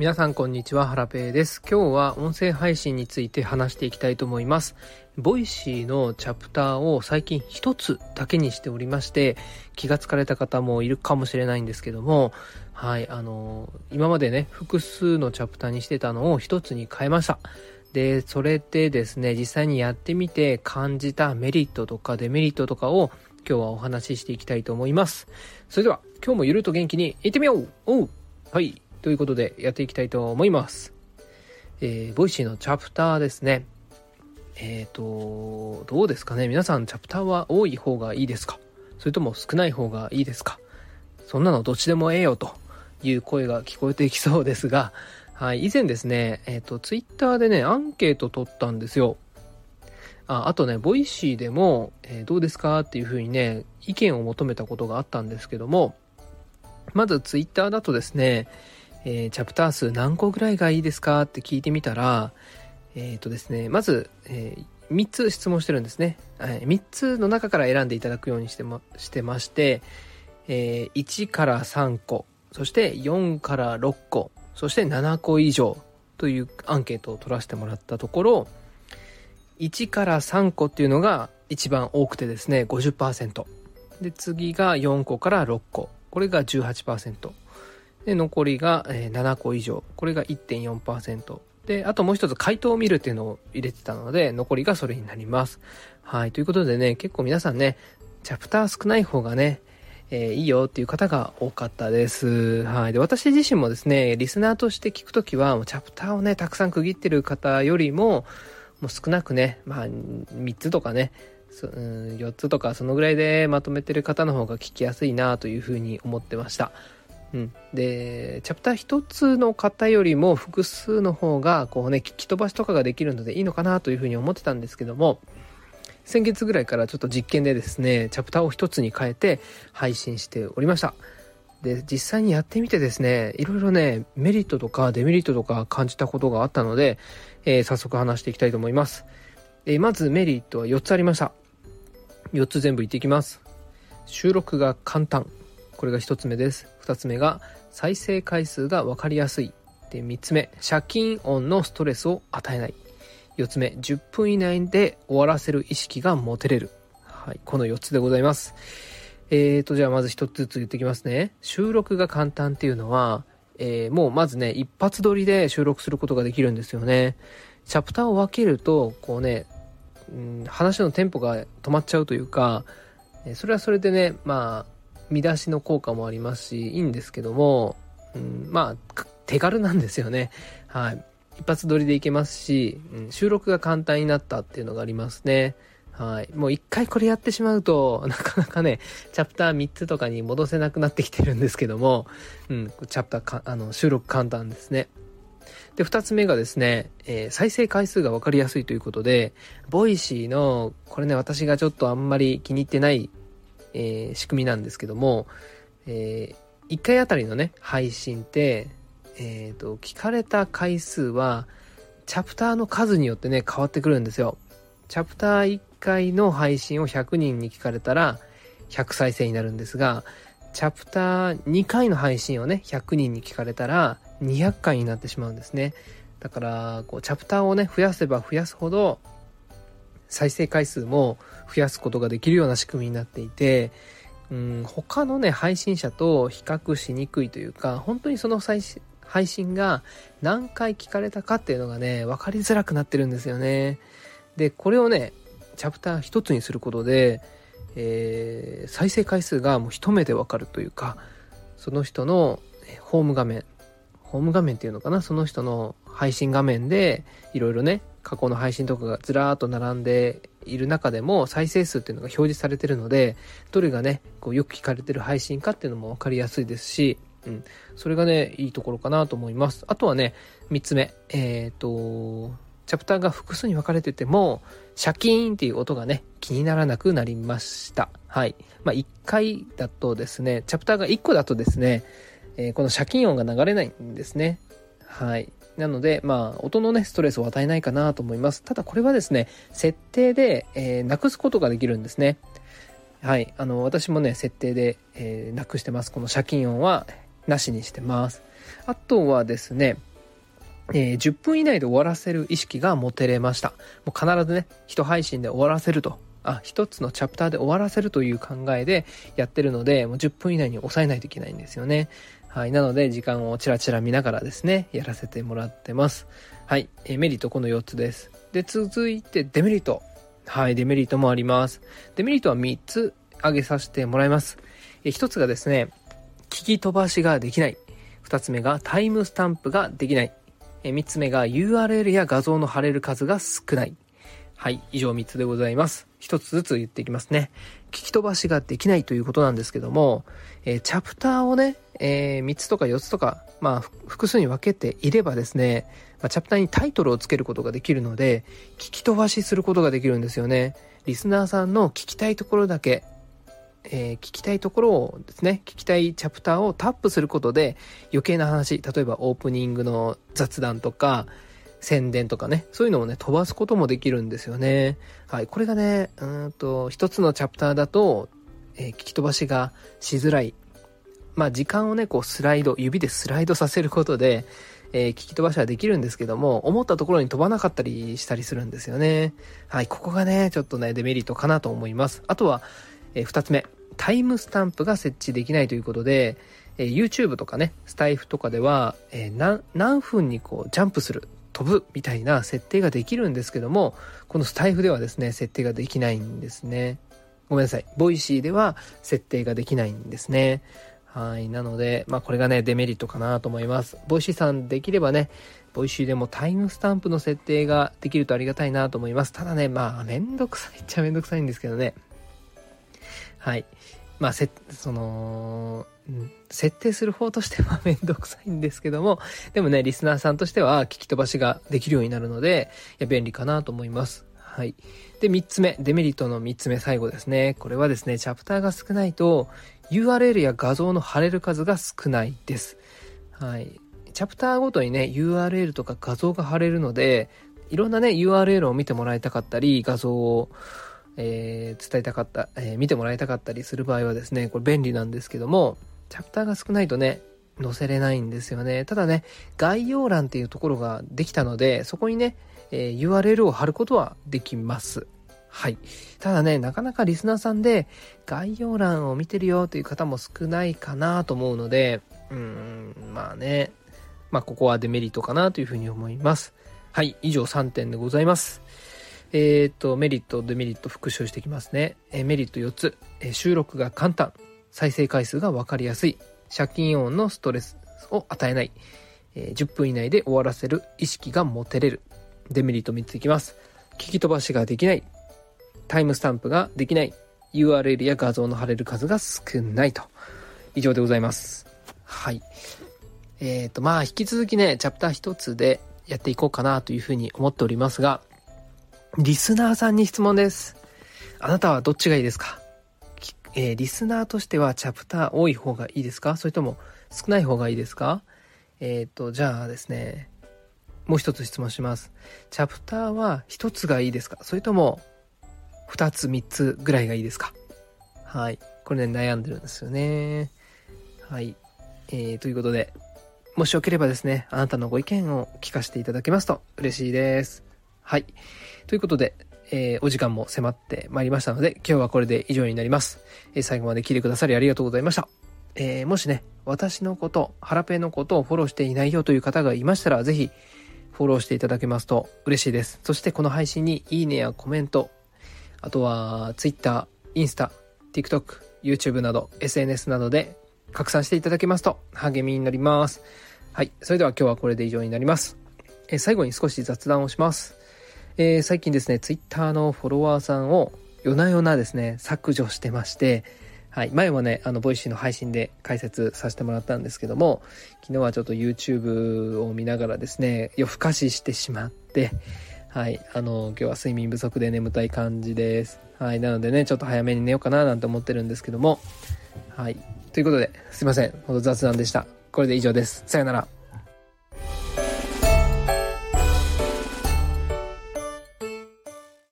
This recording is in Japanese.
皆さんこんにちは、ハラペーです。今日は音声配信について話していきたいと思います。ボイシーのチャプターを最近一つだけにしておりまして、気がつかれた方もいるかもしれないんですけども、今までね、複数のチャプターにしてたのを一つに変えました。で、それでですね、実際にやってみて感じたメリットとかデメリットとかを今日はお話ししていきたいと思います。それでは、今日もゆるっと元気にいってみよう。はい。ということでやっていきたいと思います。ボイシーのチャプターですね。どうですかね。皆さんチャプターは多い方がいいですか？それとも少ない方がいいですか？そんなのどっちでもええよという声が聞こえてきそうですが、はい、以前ですね、ツイッターでね、アンケート取ったんですよ。あとね、ボイシーでも、どうですかっていうふうにね、意見を求めたことがあったんですけども、まずツイッターだとですね、チャプター数何個ぐらいがいいですかって聞いてみたら、ですね、まず、3つ質問してるんですね。3つの中から選んでいただくようにしてまして、1から3個、そして4から6個、そして7個以上というアンケートを取らせてもらったところ、1から3個っていうのが一番多くてですね、50%。で、次が4個から6個。これが 18%。で、残りが7個以上。これが 1.4%。で、あともう一つ回答を見るっていうのを入れてたので、残りがそれになります。はい。ということでね、結構皆さんね、チャプター少ない方がね、いいよっていう方が多かったです。はい。で、私自身もですね、リスナーとして聞くときは、もうチャプターをね、たくさん区切ってる方よりも、もう少なくね、3つとかね、4つとかそのぐらいでまとめてる方の方が聞きやすいなというふうに思ってました。で、チャプター一つの方よりも複数の方がこうね、聞き飛ばしとかができるのでいいのかなというふうに思ってたんですけども、先月ぐらいからちょっと実験でですね、チャプターを一つに変えて配信しておりました。で、実際にやってみてですね、いろいろね、メリットとかデメリットとか感じたことがあったので、早速話していきたいと思います。まずメリットは4つありました。4つ全部言っていきます。収録が簡単。これが1つ目です。2つ目が再生回数が分かりやすい。で、3つ目、シャキーン音のストレスを与えない。4つ目、10分以内で終わらせる意識が持てれる。はい、この4つでございます。じゃあまず1つずつ言っていきますね。収録が簡単っていうのは、もうまずね、一発撮りで収録することができるんですよね。チャプターを分けると、こうね、話のテンポが止まっちゃうというか、それはそれでね、見出しの効果もありますし、いいんですけども、手軽なんですよね。はい。一発撮りでいけますし、収録が簡単になったっていうのがありますね。はい。もう一回これやってしまうと、なかなかね、チャプター3つとかに戻せなくなってきてるんですけども、チャプター収録簡単ですね。で、2つ目がですね、再生回数が分かりやすいということで、ボイシーの、これね、私がちょっとあんまり気に入ってない仕組みなんですけども、1回あたりのね、配信って、聞かれた回数は、チャプターの数によってね、変わってくるんですよ。チャプター1回の配信を100人に聞かれたら、100再生になるんですが、チャプター2回の配信をね、100人に聞かれたら、200回になってしまうんですね。だから、チャプターをね、増やせば増やすほど、再生回数も増やすことができるような仕組みになっていて、他のね、配信者と比較しにくいというか、本当にその配信が何回聞かれたかっていうのがね、分かりづらくなってるんですよね。で、これをね、チャプター一つにすることで、再生回数がもう一目で分かるというか、その人のホーム画面っていうのかな、その人の配信画面でいろいろね、過去の配信とかがずらーっと並んでいる中でも再生数っていうのが表示されてるので、どれがね、よく聞かれてる配信かっていうのも分かりやすいですし、それがね、いいところかなと思います。あとはね、3つ目、チャプターが複数に分かれてても、シャキーンっていう音がね、気にならなくなりました。はい。1回だとですね、チャプターが1個だとですね、このシャキーン音が流れないんですね。はい。なので、音のね、ストレスを与えないかなと思います。ただこれはですね、設定で、なくすことができるんですね。はい。私もね、設定で、なくしてます。このシャキーン音はなしにしてます。あとはですね、 10分以内で終わらせる意識が持てれました。もう必ずね、一配信で終わらせると、一つのチャプターで終わらせるという考えでやってるので、もう10分以内に抑えないといけないんですよね。はい。なので、時間をチラチラ見ながらですね、やらせてもらってます。はい。メリットこの4つです。で、続いてデメリット。はい。デメリットもあります。デメリットは3つ挙げさせてもらいます。1つがですね、聞き飛ばしができない。2つ目がタイムスタンプができない。3つ目が URL や画像の貼れる数が少ない。はい、以上3つでございます。1つずつ言っていきますね。聞き飛ばしができないということなんですけども、チャプターをね、3つとか4つとか、複数に分けていればですね、チャプターにタイトルをつけることができるので、聞き飛ばしすることができるんですよね。リスナーさんの聞きたいところだけ、聞きたいところをですね、聞きたいチャプターをタップすることで余計な話、例えばオープニングの雑談とか宣伝とかね、そういうのをね飛ばすこともできるんですよね。はい、これがね、一つのチャプターだと、聞き飛ばしがしづらい。時間をねこう指でスライドさせることで、聞き飛ばしはできるんですけども、思ったところに飛ばなかったりしたりするんですよね。はい、ここがねちょっとねデメリットかなと思います。あとは2つ目、タイムスタンプが設置できないということで、YouTube とかね、スタイフとかでは、何分にこうジャンプする、飛ぶみたいな設定ができるんですけども、このスタイフではですね、設定ができないんですね。ごめんなさい。ボイシーでは設定ができないんですね。はい。なので、これがね、デメリットかなと思います。ボイシーさんできればね、ボイシーでもタイムスタンプの設定ができるとありがたいなと思います。ただね、めんどくさいっちゃめんどくさいんですけどね。はい。設定する方としてはめんどくさいんですけども、でもね、リスナーさんとしては聞き飛ばしができるようになるので、便利かなと思います。はい。で、3つ目、デメリットの3つ目、最後ですね。これはですね、チャプターが少ないと、URL や画像の貼れる数が少ないです。はい。チャプターごとにね、URL とか画像が貼れるので、いろんなね、URL を見てもらいたかったり、画像を伝えたかった、見てもらいたかったりする場合はですね、これ便利なんですけども、チャプターが少ないとね、載せれないんですよね。ただね、概要欄っていうところができたので、そこにね、URL を貼ることはできます。はい。ただね、なかなかリスナーさんで概要欄を見てるよという方も少ないかなと思うので、ここはデメリットかなというふうに思います。はい、以上3点でございます。メリット、デメリット復習していきますね。メリット4つ、収録が簡単、再生回数が分かりやすい、シャキ音のストレスを与えない、10分以内で終わらせる意識が持てれる。デメリット3ついきます。聞き飛ばしができない、タイムスタンプができない、URL や画像の貼れる数が少ないと。以上でございます。はい。引き続きね、チャプター1つでやっていこうかなというふうに思っておりますが、リスナーさんに質問です。あなたはどっちがいいですか？リスナーとしてはチャプター多い方がいいですか？それとも少ない方がいいですか？じゃあですね、もう一つ質問します。チャプターは一つがいいですか？それとも2つ3つぐらいがいいですか？はい。これね、悩んでるんですよね。はい。ということで、もしよければですね、あなたのご意見を聞かせていただけますと嬉しいです。はい。ということで、お時間も迫ってまいりましたので、今日はこれで以上になります。最後まで聞いてくださりありがとうございました。もしね、私のこと、ハラペのことをフォローしていないよという方がいましたら、ぜひフォローしていただけますと嬉しいです。そしてこの配信にいいねやコメント、あとは Twitter、インスタ、TikTok、YouTube など SNS などで拡散していただけますと励みになります。はい。それでは今日はこれで以上になります。最後に少し雑談をします。最近ですね、Twitter のフォロワーさんを夜な夜なですね、削除してまして、はい。前もね、ボイシーの配信で解説させてもらったんですけども、昨日はちょっと YouTube を見ながらですね、夜更かししてしまって、はい。今日は睡眠不足で眠たい感じです。はい。なのでね、ちょっと早めに寝ようかななんて思ってるんですけども、はい。ということで、すいません。ほんと雑談でした。これで以上です。さよなら。